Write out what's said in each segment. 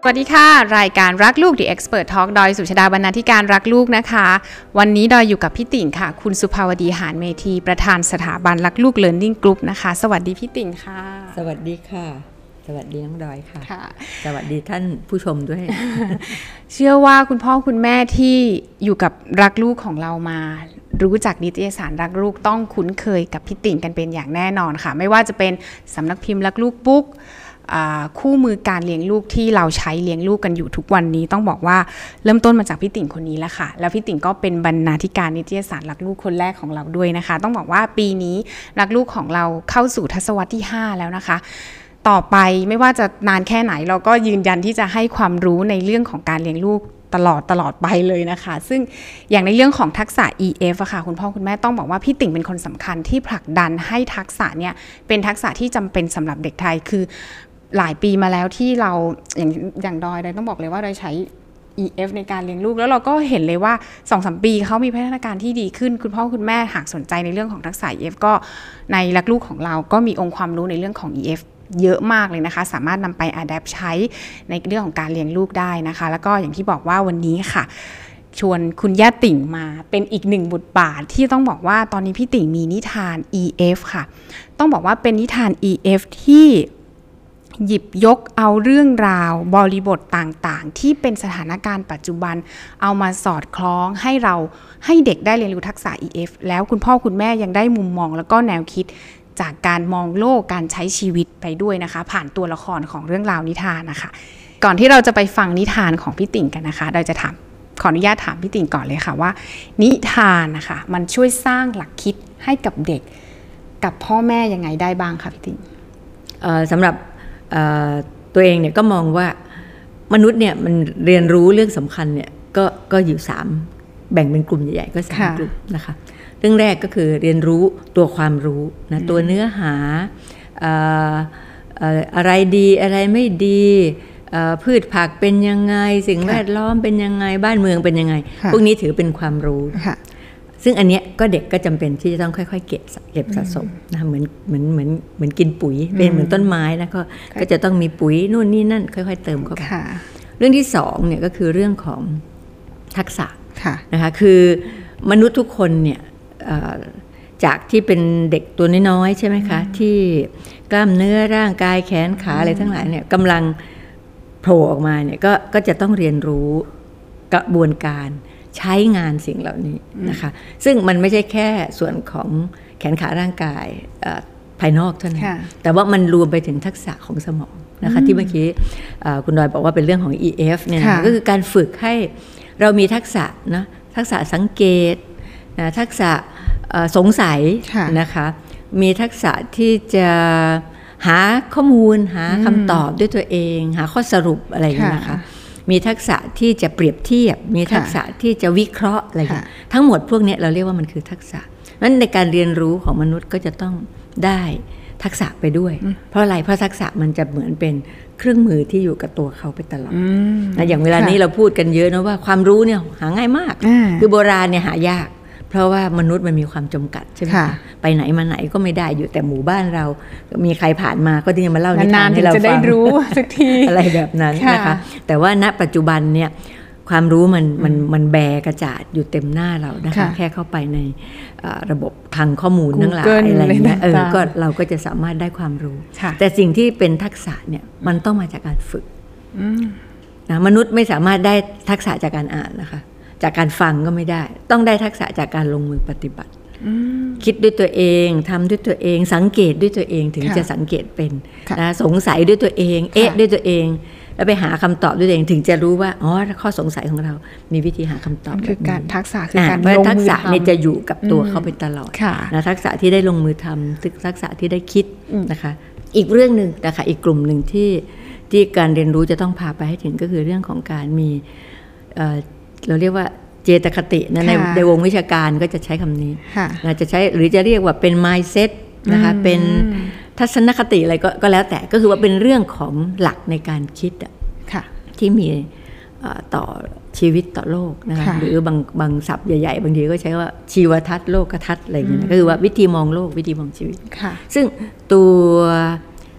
วัสดีค่ะรายการรักลูก The Expert Talk ดอยสุชฎาบรรณาธิการรักลูกนะคะวันนี้ดอยอยู่กับพี่ติ่งค่ะคุณสุภาวดีหานเมธีประธานสถาบันรักลูก Learning Group นะคะสวัสดีพี่ติ่งค่ะสวัสดีค่ะสวัสดีน้องดอยค่ะสวัสดีท่านผู้ชมด้วยเชื่อว่าคุณพ่อคุณแม่ที่อยู่กับรักลูกของเรามารู้จักนิตยสารรักลูกต้องคุ้นเคยกับพี่ติ่งกันเป็นอย่างแน่นอนค่ะไม่ว่าจะเป็นสำนักพิมพ์รักลูกบุ๊กคู่มือการเลี้ยงลูกที่เราใช้เลี้ยงลูกกันอยู่ทุกวันนี้ต้องบอกว่าเริ่มต้นมาจากพี่ติ่งคนนี้แล้วค่ะแล้วพี่ติ่งก็เป็นบรรณาธิการนิตยสารรักลูกคนแรกของเราด้วยนะคะต้องบอกว่าปีนี้รักลูกของเราเข้าสู่ทศวรรษที่5แล้วนะคะต่อไปไม่ว่าจะนานแค่ไหนเราก็ยืนยันที่จะให้ความรู้ในเรื่องของการเลี้ยงลูกตลอดไปเลยนะคะซึ่งอย่างในเรื่องของทักษะ EF อะค่ะคุณพ่อคุณแม่ต้องบอกว่าพี่ติ่งเป็นคนสำคัญที่ผลักดันให้ทักษะเนี่ยเป็นทักษะที่จำเป็นสำหรับเด็กไทยคือหลายปีมาแล้วที่เราอย่างดอยต้องบอกเลยว่าดอยใช้ EF ในการเลี้ยงลูกแล้วเราก็เห็นเลยว่า 2-3 ปีเขามีพัฒนาการที่ดีขึ้นคุณพ่อคุณแม่หากสนใจในเรื่องของทักษะ EF ก็ในรักลูกของเราก็มีองค์ความรู้ในเรื่องของ EF เยอะมากเลยนะคะสามารถนำไป adapt ใช้ในเรื่องของการเลี้ยงลูกได้นะคะแล้วก็อย่างที่บอกว่าวันนี้ค่ะชวนคุณย่าติ่งมาเป็นอีกหนึ่งบทบาทที่ต้องบอกว่าตอนนี้พี่ติ่งมีนิทาน EF ค่ะต้องบอกว่าเป็นนิทาน EF ที่หยิบยกเอาเรื่องราวบริบทต่างๆที่เป็นสถานการณ์ปัจจุบันเอามาสอดคล้องให้เด็กได้เรียนรู้ทักษะ EF แล้วคุณพ่อคุณแม่ยังได้มุมมองแล้วก็แนวคิดจากการมองโลกการใช้ชีวิตไปด้วยนะคะผ่านตัวละครของเรื่องราวนิทานนะคะก่อนที่เราจะไปฟังนิทานของพี่ติ่งกันนะคะเราจะขออนุญาตถามพี่ติ่งก่อนเลยค่ะว่านิทานนะคะมันช่วยสร้างหลักคิดให้กับเด็กกับพ่อแม่ยังไงได้บ้างคะพี่ติ่งสำหรับตัวเองเนี่ยก็มองว่ามนุษย์เนี่ยมันเรียนรู้เรื่องสำคัญเนี่ยก็อยู่3แบ่งเป็นกลุ่มใหญ่ๆก็3กลุ่มนะคะเรื่องแรกก็คือเรียนรู้ตัวความรู้นะตัวเนื้อหาอะไรดีอะไรไม่ดีพืชผักเป็นยังไงสิ่งแวดล้อมเป็นยังไงบ้านเมืองเป็นยังไงพวกนี้ถือเป็นความรู้ซึ่งอันเนี้ยก็เด็กก็จำเป็นที่จะต้องค่อยๆเก็บสะสมนะเหมือนกินปุ๋ยเป็นเหมือนต้นไม้นะก็จะต้องมีปุ๋ยนู่นนี่นั่นค่อยๆเติมเข้าไปเรื่องที่2เนี่ยก็คือเรื่องของทักษะนะคะคือมนุษย์ทุกคนเนี่ยจากที่เป็นเด็กตัวน้อยๆใช่ไหมคะที่กล้ามเนื้อร่างกายแขนขาอะไรทั้งหลายเนี่ยกำลังโผล่ออกมาเนี่ยก็จะต้องเรียนรู้กระบวนการใช้งานสิ่งเหล่านี้นะคะซึ่งมันไม่ใช่แค่ส่วนของแขนขาร่างกายภายนอกเท่านั้นแต่ว่ามันรวมไปถึงทักษะของสมองนะคะที่เมื่อกี้คุณดอยบอกว่าเป็นเรื่องของ EF เนี่ยก็คือการฝึกให้เรามีทักษะนะทักษะสังเกตทักษะสงสัยนะคะมีทักษะที่จะหาข้อมูลหาคำตอบด้วยตัวเองหาข้อสรุปอะไรอย่างนี้นะคะมีทักษะที่จะเปรียบเทียบมีทักษะที่จะวิเคราะห์อะไรอย่างนี้ทั้งหมดพวกนี้เราเรียกว่ามันคือทักษะนั้นในการเรียนรู้ของมนุษย์ก็จะต้องได้ทักษะไปด้วยเพราะอะไรเพราะทักษะมันจะเหมือนเป็นเครื่องมือที่อยู่กับตัวเขาไปตลอดนะอย่างเวลานี้เราพูดกันเยอะนะว่าความรู้เนี่ยหาง่ายมากคือโบราณเนี่ยหายากเพราะว่ามนุษย์มันมีความจำกัดใช่ไหมคะไปไหนมาไหนก็ไม่ได้อยู่แต่หมู่บ้านเรามีใครผ่านมาก็ที่จะมาเล่านิทานให้เราฟังจะได้รู้สักทีอะไรแบบนั้นนะคะแต่ว่าณปัจจุบันเนี่ยความรู้มันแบกระจาดอยู่เต็มหน้าเรานะคะแค่เข้าไปในระบบคลังข้อมูลทั้งหลายอะไรเงี้ยก็เราก็จะสามารถได้ความรู้แต่สิ่งที่เป็นทักษะเนี่ยมันต้องมาจากการฝึกนะมนุษย์ไม่สามารถได้ทักษะจากการอ่านนะคะจากการฟังก็ไม่ได้ต้องได้ทักษะจากการลงมือปฏิบัติคิดด้วยตัวเองทำด้วยตัวเองสังเกตด้วยตัวเองถึงจะสังเกตเป็นนะสงสัยด้วยตัวเองด้วยตัวเองแล้วไปหาคำตอบด้วยตัวเองถึงจะรู้ว่าอ๋อข้อสงสัยของเรามีวิธีหาคำตอบคือการทักษะคือการลงมือทำทักษะเนี่ยจะอยู่กับตัวเขาไปตลอดนะทักษะที่ได้ลงมือทำทักษะที่ได้คิดนะคะอีกเรื่องนึงนะคะอีกกลุ่มหนึ่งที่การเรียนรู้จะต้องพาไปให้ถึงก็คือเรื่องของการมีเราเรียกว่าเจตคตินะในวงวิชาการก็จะใช้คำนี้เราจะใช้หรือจะเรียกว่าเป็น mindset นะคะเป็นทัศนคติอะไรก็แล้วแต่ก็คือว่าเป็นเรื่องของหลักในการคิดที่มีต่อชีวิตต่อโลกนะคะหรือบางศัพท์ใหญ่ๆบางทีก็ใช้ว่าชีวทัศน์โลกทัศน์อะไรอย่างเงี้ยก็คือว่าวิธีมองโลกวิธีมองชีวิตซึ่งตัว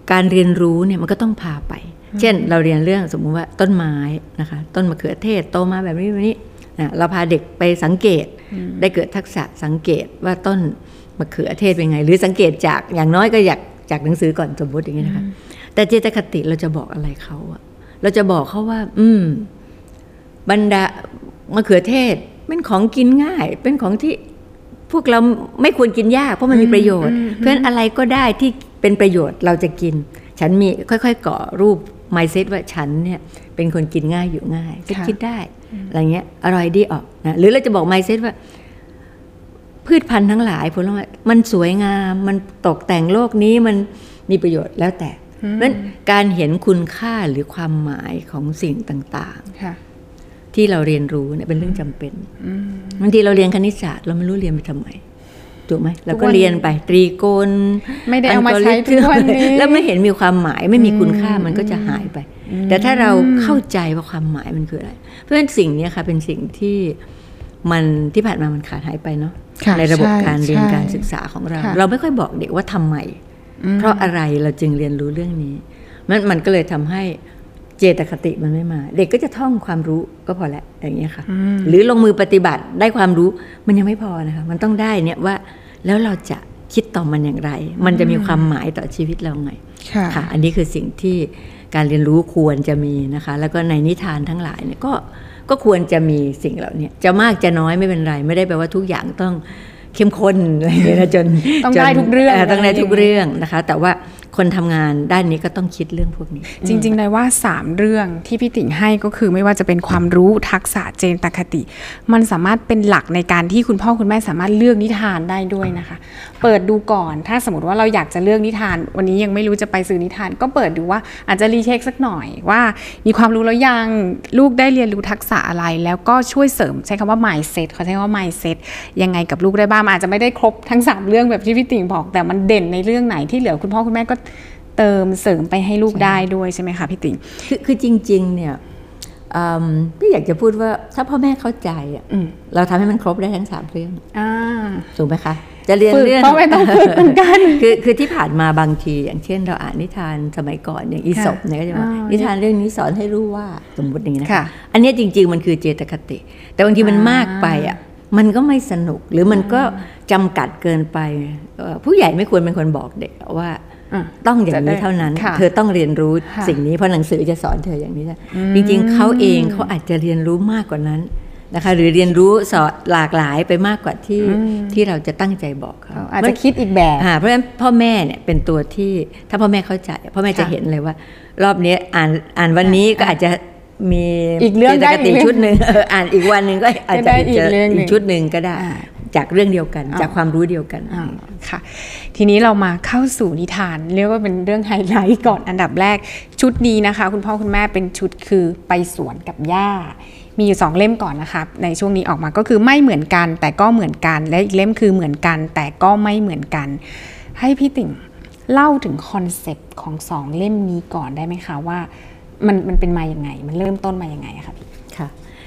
การเรียนรู้เนี่ยมันก็ต้องพาไปเช่นเราเรียนเรื่องสมมุติว่าต้นไม้นะคะต้นมะเขือเทศโตมาแบบนี้แบบนี้เราพาเด็กไปสังเกตได้เกิดทักษะสังเกตว่าต้นมะเขือเทศเป็นไงหรือสังเกตจากอย่างน้อยก็จากหนังสือก่อนสมมติอย่างนี้นะคะแต่เจตคติเราจะบอกอะไรเขาเราจะบอกเขาว่าบรรดามะเขือเทศเป็นของกินง่ายเป็นของที่พวกเราไม่ควรกินยากเพราะมันมีประโยชน์เพราะฉะนั้นอะไรก็ได้ที่เป็นประโยชน์เราจะกินฉันมีค่อยๆก่อรูป mindset ว่าฉันเนี่ยเป็นคนกินง่ายอยู่ง่ายจะคิดได้อะไรเงี้ยอร่อยดีออกนะหรือเราจะบอก mindset ว่าพืชพันธุ์ทั้งหลายผลไม้มันสวยงามมันตกแต่งโลกนี้มันมีประโยชน์แล้วแต่เพราะฉะนั้นการเห็นคุณค่าหรือความหมายของสิ่งต่างๆที่เราเรียนรู้เนี่ยเป็นเรื่องจำเป็นบางทีเราเรียนคณิตศาสตร์เราไม่รู้เรียนไปทำไมถูกไหมเราก็เรียนไปตรีโกณไม่ได้เอามาใช้ทุกวันนี้แล้วไม่เห็นมีความหมายไม่มีคุณค่ามันก็จะหายไปแต่ถ้าเราเข้าใจว่าความหมายมันคืออะไรเพราะฉะนั้นสิ่งนี้ค่ะเป็นสิ่งที่มันที่ผ่านมามันขาดหายไปเนาะในระบบการเรียนการศึกษาของเราไม่ค่อยบอกเด็กว่าทำไมเพราะอะไรเราจึงเรียนรู้เรื่องนี้มันก็เลยทำให้เจตคติมันไม่มาเด็กก็จะท่องความรู้ก็พอแล้วอย่างเงี้ยค่ะหรือลงมือปฏิบัติได้ความรู้มันยังไม่พอนะคะมันต้องได้เนี่ยว่าแล้วเราจะคิดต่อมันอย่างไรมันจะมีความหมายต่อชีวิตเราไงค่ะอันนี้คือสิ่งที่การเรียนรู้ควรจะมีนะคะแล้วก็ในนิทานทั้งหลายเนี่ยก็ควรจะมีสิ่งเหล่านี้จะมากจะน้อยไม่เป็นไรไม่ได้แปลว่าทุกอย่างต้องเข้มข้นอะไรอย่างเงี้ยนะจนต้องได้ทุกเรื่องต้องได้ทุกเรื่องนะคะแต่ว่าคนทำงานด้านนี้ก็ต้องคิดเรื่องพวกนี้จริงๆเลยว่า3เรื่องที่พี่ติ๋งให้ก็คือไม่ว่าจะเป็นความรู้ทักษะเจตคติมันสามารถเป็นหลักในการที่คุณพ่อคุณแม่สามารถเลือกนิทานได้ด้วยนะคะเปิดดูก่อนถ้าสมมติว่าเราอยากจะเลือกนิทานวันนี้ยังไม่รู้จะไปซื้อนิทานก็เปิดดูว่าอาจจะรีเช็คสักหน่อยว่ามีความรู้แล้วยังลูกได้เรียนรู้ทักษะอะไรแล้วก็ช่วยเสริมใช้คำว่า mindset เขาใช้คำว่า mindset ยังไงกับลูกได้บ้างอาจจะไม่ได้ครบทั้ง3เรื่องแบบที่พี่ติ๋งบอกแต่มันเด่นในเรื่องไหนที่เหลือคุณพ่อคุณแม่ก็เติมเสริมไปให้ลูกได้ด้วยใช่ไหมคะพี่ติ๋งคือจริงๆเนี่ยพี่อยากจะพูดว่าถ้าพ่อแม่เข้าใจเราทำให้มันครบได้ทั้ง3เรื่องถูกไหมคะจะเรียนเรื่องพ่อแม่ต้องฝึกเหมือนกันคือที่ผ่านมาบางทีอย่างเช่นเราอ่านนิทานสมัยก่อนอย่างอีสปเนี่ยก็จะว่านิทานเรื่องนี้สอนให้รู้ว่าสมมติอย่างนี้นะคะอันนี้จริงๆมันคือเจตคติแต่บางทีมันมากไปมันก็ไม่สนุกหรือมันก็จำกัดเกินไปผู้ใหญ่ไม่ควรเป็นคนบอกเด็กว่าต้องอย่างนี้เท่านั้นเธอต้องเรียนรู้สิ่งนี้เพราะหนังสือจะสอนเธออย่างนี้จริงๆเขาเองเขาอาจจะเรียนรู้มากกว่านั้นนะคะหรือเรียนรู้สอนหลากหลายไปมากกว่าที่เราจะตั้งใจบอกเขาอาจจะคิดอีกแบบเพราะฉะนั้นพ่อแม่เนี่ยเป็นตัวที่ถ้าพ่อแม่เข้าใจพ่อแม่จะเห็นเลยว่ารอบนี้อ่านวันนี้ก็อาจจะมีอีกเรื่องได้อีกชุดหนึ่งอ่านอีกวันหนึ่งก็อาจจะอีกชุดหนึ่งก็ได้จากเรื่องเดียวกันจากความรู้เดียวกันค่ะทีนี้เรามาเข้าสู่นิทานเรียกว่าเป็นเรื่องไฮไลท์ก่อนอันดับแรกชุดนี้นะคะคุณพ่อคุณแม่เป็นชุดคือไปสวนกับย่ามีอยู่2เล่มก่อนนะคะในช่วงนี้ออกมาก็คือไม่เหมือนกันแต่ก็เหมือนกันและอีกเล่มคือเหมือนกันแต่ก็ไม่เหมือนกันให้พี่ติ๋งเล่าถึงคอนเซปต์ของ2เล่มนี้ก่อนได้ไหมคะว่ามันเป็นมาอย่างไงมันเริ่มต้นมาอย่างไงคะพี่ค่ะ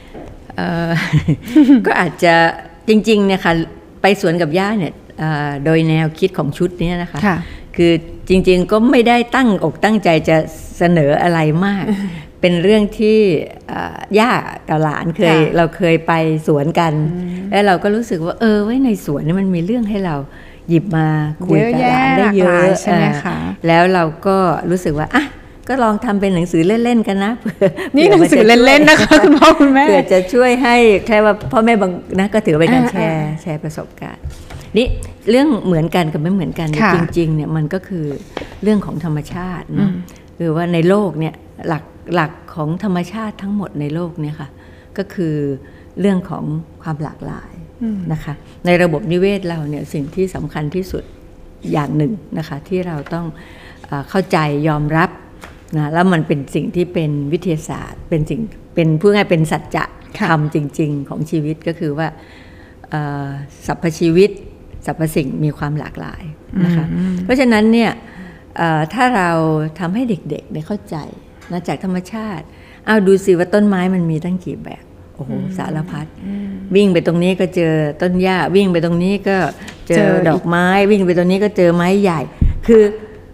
ก็อาจจะจริงๆเนี่ยค่ะไปสวนกับย่าเนี่ยโดยแนวคิดของชุดนี้นะคะคือจริงๆก็ไม่ได้ตั้งอกตั้งใจจะเสนออะไรมากเป็นเรื่องที่ย่ากับหลานเราเคยไปสวนกันแล้วเราก็รู้สึกว่าไว้ในสวนนี่มันมีเรื่องให้เราหยิบมาคุยกับหลานได้เยอะใช่ไหมคะแล้วเราก็รู้สึกว่าก็ลองทำเป็นหนังสือเล่นๆกันนะนี่หนังสือเล่นๆนะคะคุณพ่อคุณแม่เพื่อจะช่วยให้แค่ว่าพ่อแม่บางนะก็ถือเป็นการแชร์ประสบการณ์นี่เรื่องเหมือนกันกับไม่เหมือนกันจริงๆเนี่ยมันก็คือเรื่องของธรรมชาตินะคือว่าในโลกเนี่ยหลักของธรรมชาติทั้งหมดในโลกเนี่ยค่ะก็คือเรื่องของความหลากหลายนะคะในระบบนิเวศเราเนี่ยสิ่งที่สำคัญที่สุดอย่างหนึ่งนะคะที่เราต้องเข้าใจยอมรับนะแล้วมันเป็นสิ่งที่เป็นวิทยาศาสตร์เป็นพูดง่ายเป็นสัจจะธรรมจริงๆของชีวิตก็คือว่าสรรพชีวิตสรรพสิ่งมีความหลากหลายนะคะเพราะฉะนั้นเนี่ยถ้าเราทำให้เด็กๆได้เข้าใจนะจากธรรมชาติดูสิว่าต้นไม้มันมีตั้งกี่แบบโอ้โหสารพัดวิ่งไปตรงนี้ก็เจอต้นหญ้าวิ่งไปตรงนี้ก็เจอดอกไม้วิ่งไปตรงนี้ก็เจอไม้ใหญ่คือ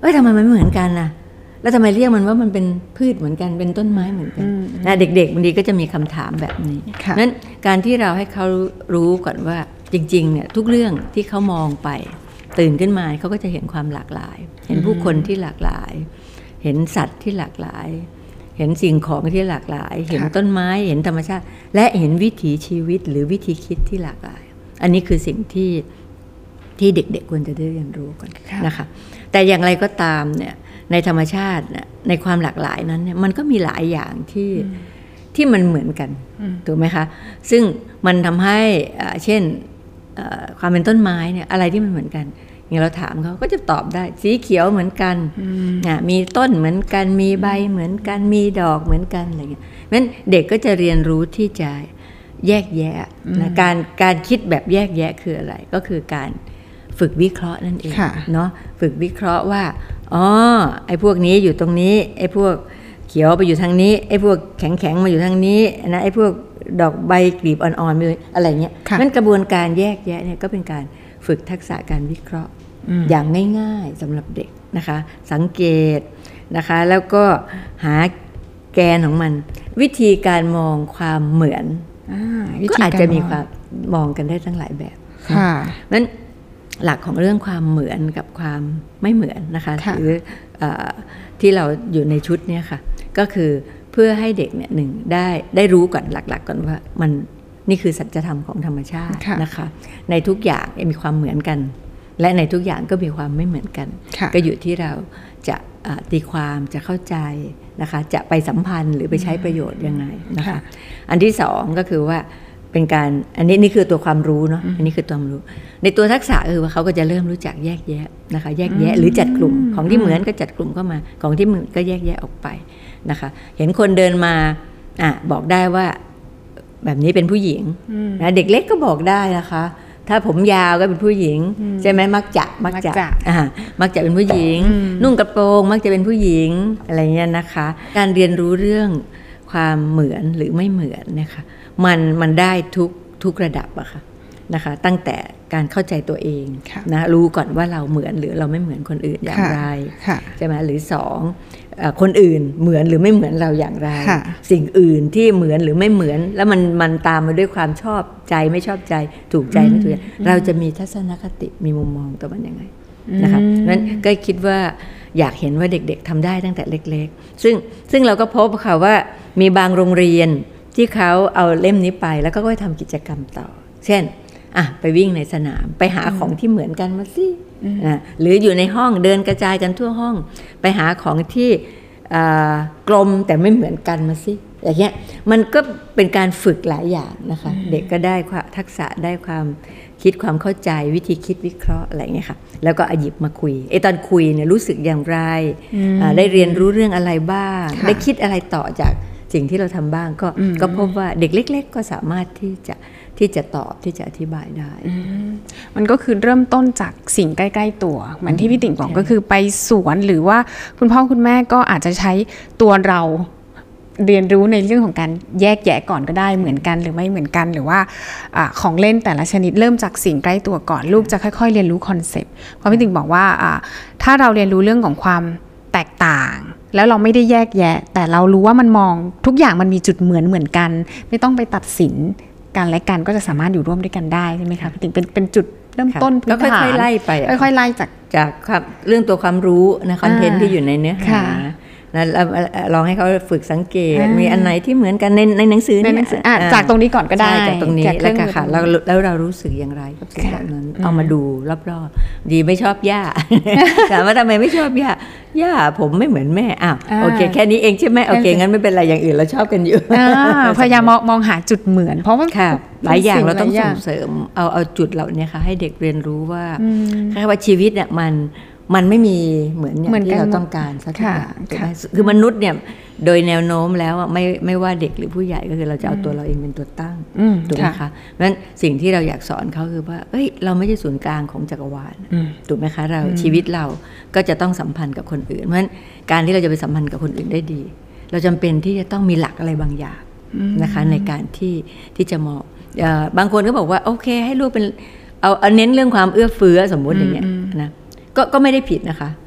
ทำไมมันไม่เหมือนกันนะแล้วทำไมเรียกมันว่ามันเป็นพืชเหมือนกันเป็นต้นไม้เหมือนกันนะเด็กๆบางทีก็จะมีคำถามแบบนี้นั้นการที่เราให้เขารู้ก่อนว่าจริงๆเนี่ยทุกเรื่องที่เขามองไปตื่นขึ้นมาเขาก็จะเห็นความหลากหลายเห็นผู้คนที่หลากหลายเห็นสัตว์ที่หลากหลายเห็นสิ่งของที่หลากหลายเห็นต้นไม้เห็นธรรมชาติและเห็นวิถีชีวิตหรือวิธีคิดที่หลากหลายอันนี้คือสิ่งที่เด็กๆควรจะได้เรียนรู้ก่อนนะคะแต่อย่างไรก็ตามเนี่ยในธรรมชาติในความหลากหลายนั้นเนี่ยมันก็มีหลายอย่างที่มันเหมือนกันถูกไหมคะซึ่งมันทำให้เช่นความเป็นต้นไม้เนี่ยอะไรที่มันเหมือนกันอย่างเราถามเขาก็จะตอบได้สีเขียวเหมือนกันมีต้นเหมือนกันมีใบเหมือนกันมีดอกเหมือนกันอะไรเงี้ยงั้นเด็กก็จะเรียนรู้ที่จะแยกแยะนะการคิดแบบแยกแยะคืออะไรก็คือการฝึกวิเคราะห์นั่นเองเนาะฝึกวิเคราะห์ว่าอ๋อไอ้พวกนี้อยู่ตรงนี้ไอ้พวกเขียวไปอยู่ทางนี้ไอ้พวกแข็งๆมาอยู่ทางนี้นะไอ้พวกดอกใบกลีบอ่อนๆมีอะไรเงี้ยงั้นกระบวนการแยกแยะเนี่ยก็เป็นการฝึกทักษะการวิเคราะห์อย่างง่ายๆสำหรับเด็กนะคะสังเกตนะคะแล้วก็หาแกนของมันวิธีการมองความเหมือนก็อาจจะมีความมองกันได้ทั้งหลายแบบนั้นหลักของเรื่องความเหมือนกับความไม่เหมือนนะคะหรือที่เราอยู่ในชุดนี้ค่ะก็คือเพื่อให้เด็กเนี่ยหนึ่งได้รู้ก่อนหลักๆก่อนว่ามันนี่คือสัจธรรมของธรรมชาตินะคะในทุกอย่างมีความเหมือนกันและในทุกอย่างก็มีความไม่เหมือนกันก็อยู่ที่เราจะตีความจะเข้าใจนะคะจะไปสัมพันธ์หรือไปใช้ประโยชน์ยังไงนะคะอันที่สองก็คือว่าเป็นการอันนี้นี่คือตัวความรู้เนาะอันนี้คือตัวความรู้ในตัวทักษะคือว่าเขาก็จะเริ่มรู้จักแยกแยะนะคะแยกแยะหรือจัดกลุ่มของที่เหมือนก็จัดกลุ่มเข้ามาของที่เหมือนก็แยกแยะออกไปนะคะเห็นคนเดินมาบอกได้ว่าแบบนี้เป็นผู้หญิงนะเด็กเล็กก็บอกได้นะคะถ้าผมยาวก็เป็นผู้หญิงใช่ไหมมักจะเป็นผู้หญิงนุ่งกระโปรงมักจะเป็นผู้หญิงอะไรเงี้ยนะคะการเรียนรู้เรื่องความเหมือนหรือไม่เหมือนนะคะมันได้ทุกระดับอะค่ะนะคะตั้งแต่การเข้าใจตัวเองนะรู้ก่อนว่าเราเหมือนหรือเราไม่เหมือนคนอื่นอย่างไรใช่ไหมหรือสองคนอื่นเหมือนหรือไม่เหมือนเราอย่างไรสิ่งอื่นที่เหมือนหรือไม่เหมือนแล้วมันตามมาด้วยความชอบใจไม่ชอบใจถูกใจไม่ถูกใจเราจะมีทัศนคติมีมุมมองต่อมันยังไงนะคะนั้นก็คิดว่าอยากเห็นว่าเด็กๆทำได้ตั้งแต่เล็กๆซึ่งเราก็พบค่ะว่ามีบางโรงเรียนที่เขาเอาเล่มนี้ไปแล้วก็ไปทำกิจกรรมต่อเช่นไปวิ่งในสนามไปหาของที่เหมือนกันมาสิหรืออยู่ในห้องเดินกระจายกันทั่วห้องไปหาของที่กลมแต่ไม่เหมือนกันมาสิอย่างเงี้ยมันก็เป็นการฝึกหลายอย่างนะคะเด็กก็ได้ทักษะได้ความคิดความเข้าใจวิธีคิดวิเคราะห์อะไรเงี้ยค่ะแล้วก็หยิบมาคุยตอนคุยเนี่ยรู้สึกอย่างไรได้เรียนรู้เรื่องอะไรบ้างได้คิดอะไรต่อจากสิ่งที่เราทำบ้างก็พบว่าเด็กเล็กๆก็สามารถที่จะตอบที่จะอธิบายได้มันก็คือเริ่มต้นจากสิ่งใกล้ๆตัวเหมือนที่พี่ติ่งบอกก็คือไปสวนหรือว่าคุณพ่อคุณแม่ก็อาจจะใช้ตัวเราเรียนรู้ในเรื่องของการแยกแยะก่อนก็ได้เหมือนกันหรือไม่เหมือนกันหรือว่าของเล่นแต่ละชนิดเริ่มจากสิ่งใกล้ตัวก่อนลูกจะค่อยๆเรียนรู้คอนเซปต์เพราะพี่ติ่งบอกว่าถ้าเราเรียนรู้เรื่องของความแตกต่างแล้วเราไม่ได้แยกแยะแต่เรารู้ว่ามันมองทุกอย่างมันมีจุดเหมือนกันไม่ต้องไปตัดสินกันและกันก็จะสามารถอยู่ร่วมด้วยกันได้ใช่ไหมคะพี่ติ๋งเป็นจุดเริ่มต้นก็ค่อยๆไล่ไปค่อยๆไล่จากเรื่องตัวความรู้นะคอนเทนต์ที่อยู่ในเนื้อหานะลองให้เขาฝึกสังเกตมีอันไหนที่เหมือนกันในหนังสือเนี่ยจากตรงนี้ก่อนก็ได้จากตรงนี้แล้วค่ะแล้วเรารู้สึกอย่างไรกับสิ่งนั้นเอามาดูรอบๆดีไม่ชอบย่าถามว่าทำไมไม่ชอบย่าผมไม่เหมือนแม่โอเคแค่นี้เองใช่ไหมโอเคงั้นไม่เป็นไรอย่างอื่นเราชอบกันอยู่พยายามมองหาจุดเหมือนเพราะว่าหลายอย่างเราต้องส่งเสริมเอาจุดเหล่านี้ค่ะให้เด็กเรียนรู้ว่าแค่ว่าชีวิตเนี่ยมันไม่มีเหมือนอย่างที่เราต้องการสักอย่างคือมนุษย์เนี่ยโดยแนวโน้มแล้วไม่ว่าเด็กหรือผู้ใหญ่ก็คือเราจะเอาตัวเราเองเป็นตัวตั้งถูกไหมคะเพราะฉะนั้นสิ่งที่เราอยากสอนเขาคือว่าเราไม่ใช่ศูนย์กลางของจักรวาลถูกไหมคะเราชีวิตเราก็จะต้องสัมพันธ์กับคนอื่นเพราะฉะนั้นการที่เราจะไปสัมพันธ์กับคนอื่นได้ดีเราจำเป็นที่จะต้องมีหลักอะไรบางอย่างนะคะในการที่จะมองบางคนก็บอกว่าโอเคให้ลูกเป็นเอาเน้นเรื่องความเอื้อเฟื้อสมมุติอย่างเงี้ยนะก็ไม่ได้ผิดนะคะ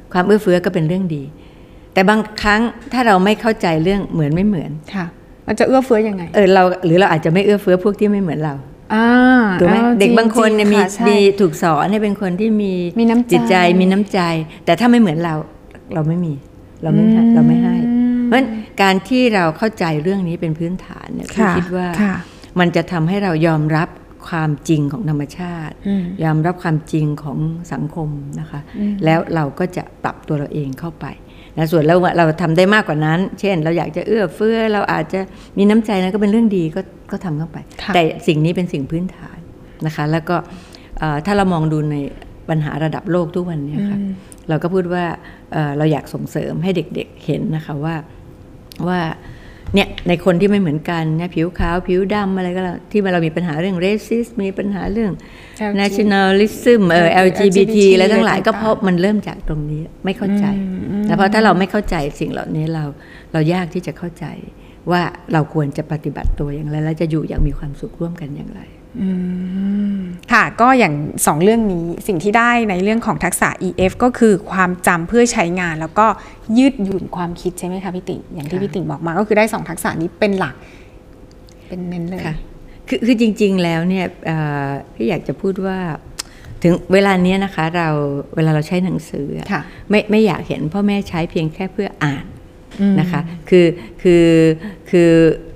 ความเอื้อเฟื้อก็เป็นเรื่องดีแต่บางครั้งถ้าเราไม่เข้าใจเรื่องเหมือนไม่เหมือนค่ะมันจะเอื้อเฟื้อยังไงเราอาจจะไม่เอื้อเฟื้อพวกที่ไม่เหมือนเราถูกไหมเด็กบางคนเนี่ยมีถูกสอนให้เป็นคนที่มีจิตใจมีน้ำใจแต่ถ้าไม่เหมือนเราไม่มีเราไม่ให้เพราะฉะนั้นการที่เราเข้าใจเรื่องนี้เป็นพื้นฐานเนี่ยพี่คิดว่ามันจะทำให้เรายอมรับความจริงของธรรมชาติยอมรับความจริงของสังคมนะคะแล้วเราก็จะปรับตัวเราเองเข้าไปนะส่วนเราทำได้มากกว่านั้นเช่นเราอยากจะเอื้อเฟื้อเราอาจจะมีน้ำใจนั้นก็เป็นเรื่องดีก็ทำเข้าไปแต่สิ่งนี้เป็นสิ่งพื้นฐานนะคะแล้วก็ถ้าเรามองดูในปัญหาระดับโลกทุกวันนี้ค่ะเราก็พูดว่าเราอยากส่งเสริมให้เด็กๆเห็นนะคะว่าเนี่ยในคนที่ไม่เหมือนกันเนี่ยผิวขาวผิวดำอะไรก็แล้วที่เรามีปัญหาเรื่อง racist มีปัญหาเรื่อง nationalism LGBT อะไรทั้งหลายก็เพราะมันเริ่มจากตรงนี้ไม่เข้าใจแล้วเพราะถ้าเราไม่เข้าใจสิ่งเหล่านี้เรายากที่จะเข้าใจว่าเราควรจะปฏิบัติตัวอย่างไรและจะอยู่อย่างมีความสุขร่วมกันอย่างไรค่ะก็อย่าง2เรื่องนี้สิ่งที่ได้ในเรื่องของทักษะ EF ก็คือความจำเพื่อใช้งานแล้วก็ยืดหยุ่นความคิดใช่ไหมคะพี่ติ๋งอย่างที่พี่ติ๋งบอกมาก็คือได้2ทักษะนี้เป็นหลักเป็นเน้นเลยค่ะคือจริงๆแล้วเนี่ยพี่อยากจะพูดว่าถึงเวลานี้นะคะเวลาเราใช้หนังสือไม่อยากเห็นพ่อแม่ใช้เพียงแค่เพื่ออ่านนะคะคือ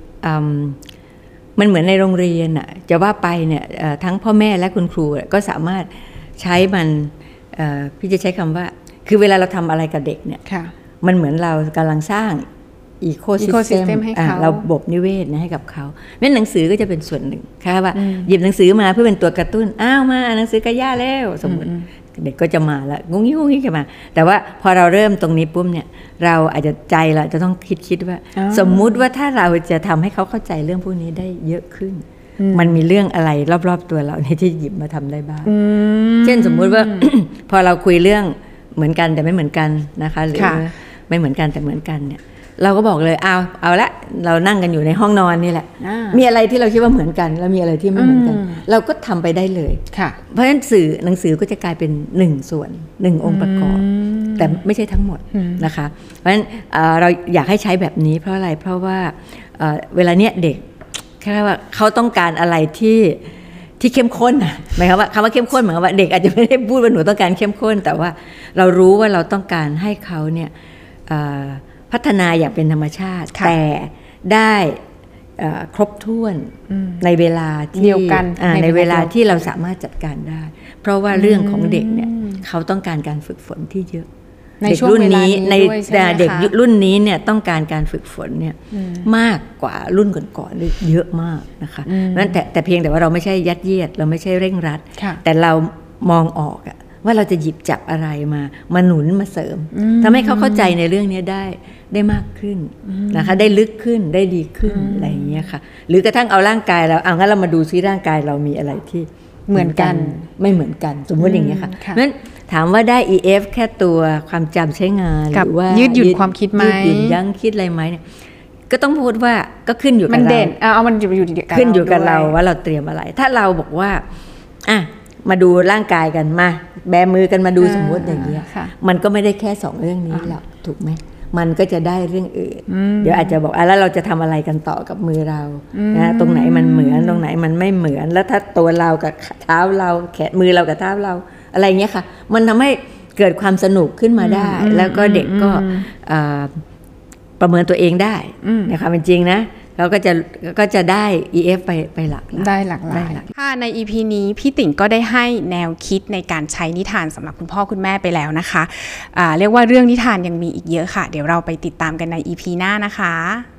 มันเหมือนในโรงเรียนอ่ะจะว่าไปเนี่ยทั้งพ่อแม่และคุณครูก็สามารถใช้มันพี่จะใช้คำว่าคือเวลาเราทำอะไรกับเด็กเนี่ยมันเหมือนเรากำลังสร้างอีโคซิสเต็มให้เขาเราระบบนิเวศให้กับเขาแม้หนังสือก็จะเป็นส่วนหนึ่งค่ะว่าหยิบหนังสือมาเพื่อเป็นตัวกระตุ้นมาอ่านหนังสือกับย่าแล้วสมมติเด็กก็จะมาแล้วงุ้งงี้จะมาแต่ว่าพอเราเริ่มตรงนี้ปุ๊บเนี่ยเราอาจจะใจเราจะต้องคิดว่าสมมุติว่าถ้าเราจะทำให้เขาเข้าใจเรื่องพวกนี้ได้เยอะขึ้นมันมีเรื่องอะไรรอบๆตัวเราที่หยิบมาทำได้บ้างเช่นสมมุติว่า พอเราคุยเรื่องเหมือนกันแต่ไม่เหมือนกันนะคะหรือไม่เหมือนกันแต่เหมือนกันเนี่ยเราก็บอกเลยเอาละเรานั่งกันอยู่ในห้องนอนนี่แหละมีอะไรที่เราคิดว่าเหมือนกันแล้วมีอะไรที่ไม่เหมือนกันเราก็ทำไปได้เลยเพราะฉะนั้นหนังสือก็จะกลายเป็น1ส่วน1องค์ประกอบแต่ไม่ใช่ทั้งหมดนะคะเพราะฉะนั้นเราอยากให้ใช้แบบนี้เพราะอะไรเพราะว่าเวลาเนี้ยเด็กแค่ว่าเขาต้องการอะไรที่เข้มข้นหมายความว่าคำว่าเข้มข้นหมายความว่าเด็กอาจจะไม่ได้พูดว่าหนูต้องการเข้มข้นแต่ว่าเรารู้ว่าเราต้องการให้เขาเนี่ยพัฒนาอย่างเป็นธรรมชาติแต่ได้ครบถ้วนในเวลาที่เดียวกันในเวลาที่เราสามารถจัดการได้เพราะว่าเรื่องของเด็กเนี่ยเขาต้องการการฝึกฝนที่เยอะในช่วงเวลานี้เด็กรุ่นนี้เนี่ยต้องการการฝึกฝนเนี่ยมากกว่ารุ่นก่อนๆเยอะมากนะคะนั้นแต่เพียงแต่ว่าเราไม่ใช่ยัดเยียดเราไม่ใช่เร่งรัดแต่เรามองออกว่าเราจะหยิบจับอะไรมาหนุนมาเสริมทำให้เขาเข้าใจในเรื่องนี้ได้มากขึ้นนะคะได้ลึกขึ้นได้ดีขึ้นอะไรอย่างเงี้ยค่ะหรือกระทั่งเอาร่างกายเรางั้นเรามาดูซิร่างกายเรามีอะไรที่เหมือนกันไม่เหมือนกันสมมติอย่างเงี้ยค่ะเพราะฉะนั้นถามว่าได้ EF แค่ตัวความจำใช้งานหรือว่ายืดหยุ่นความคิดไหมยืดหยุ่นยั้งคิดอะไรไหมเนี่ยก็ต้องพูดว่าก็ขึ้นอยู่กับเรามันเด่นมันอยู่ขึ้นอยู่กับเราว่าเราเตรียมอะไรถ้าเราบอกว่ามาดูร่างกายกันมาแบมือกันมาดูสมมติอย่างเงี้ยมันก็ไม่ได้แค่2เรื่องนี้หรอกถูกไหมมันก็จะได้เรื่องอื่นเดี๋ยวอาจจะบอกแล้วเราจะทำอะไรกันต่อกับมือเรานะตรงไหนมันเหมือนตรงไหนมันไม่เหมือนแล้วถ้าตัวเรากับเท้าเราแขนมือเรากับเท้าเราอะไรเงี้ยค่ะมันทำให้เกิดความสนุกขึ้นมาได้แล้วก็เด็กก็ประเมินตัวเองได้ในความเป็นจริงนะเราก็จะได้ EF ไปหลักได้หลักค่ะใน EP นี้พี่ติ๋งก็ได้ให้แนวคิดในการใช้นิทานสำหรับคุณพ่อคุณแม่ไปแล้วนะคะเรียกว่าเรื่องนิทานยังมีอีกเยอะค่ะเดี๋ยวเราไปติดตามกันใน EP หน้านะคะ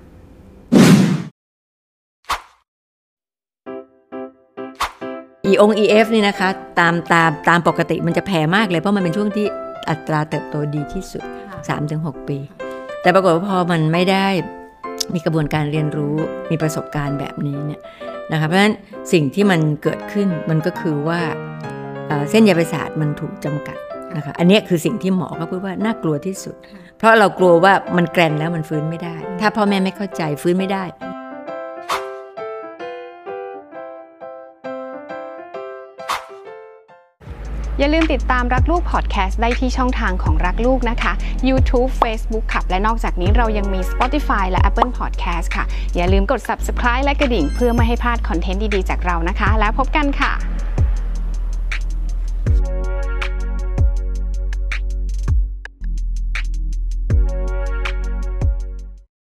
EF นี่นะคะตามปกติมันจะแผ่มากเลยเพราะมันเป็นช่วงที่อัตราเติบโตดีที่สุด 3-6 ปีแต่ปรากฏว่าพอมันไม่ได้มีกระบวนการเรียนรู้มีประสบการณ์แบบนี้เนี่ยนะคะเพราะฉะนั้นสิ่งที่มันเกิดขึ้นมันก็คือว่าเส้นใยประสาทมันถูกจำกัดนะคะอันนี้คือสิ่งที่หมอเขาพูดว่าน่ากลัวที่สุดเพราะเรากลัวว่ามันแกร่งแล้วมันฟื้นไม่ได้ถ้าพ่อแม่ไม่เข้าใจฟื้นไม่ได้อย่าลืมติดตามรักลูกพอดแคสต์ได้ที่ช่องทางของรักลูกนะคะ YouTube Facebook ค่ะและนอกจากนี้เรายังมี Spotify และ Apple Podcast ค่ะอย่าลืมกด Subscribe และกระดิ่งเพื่อไม่ให้พลาดคอนเทนต์ดีๆจากเรานะคะแล้วพบกันค่ะ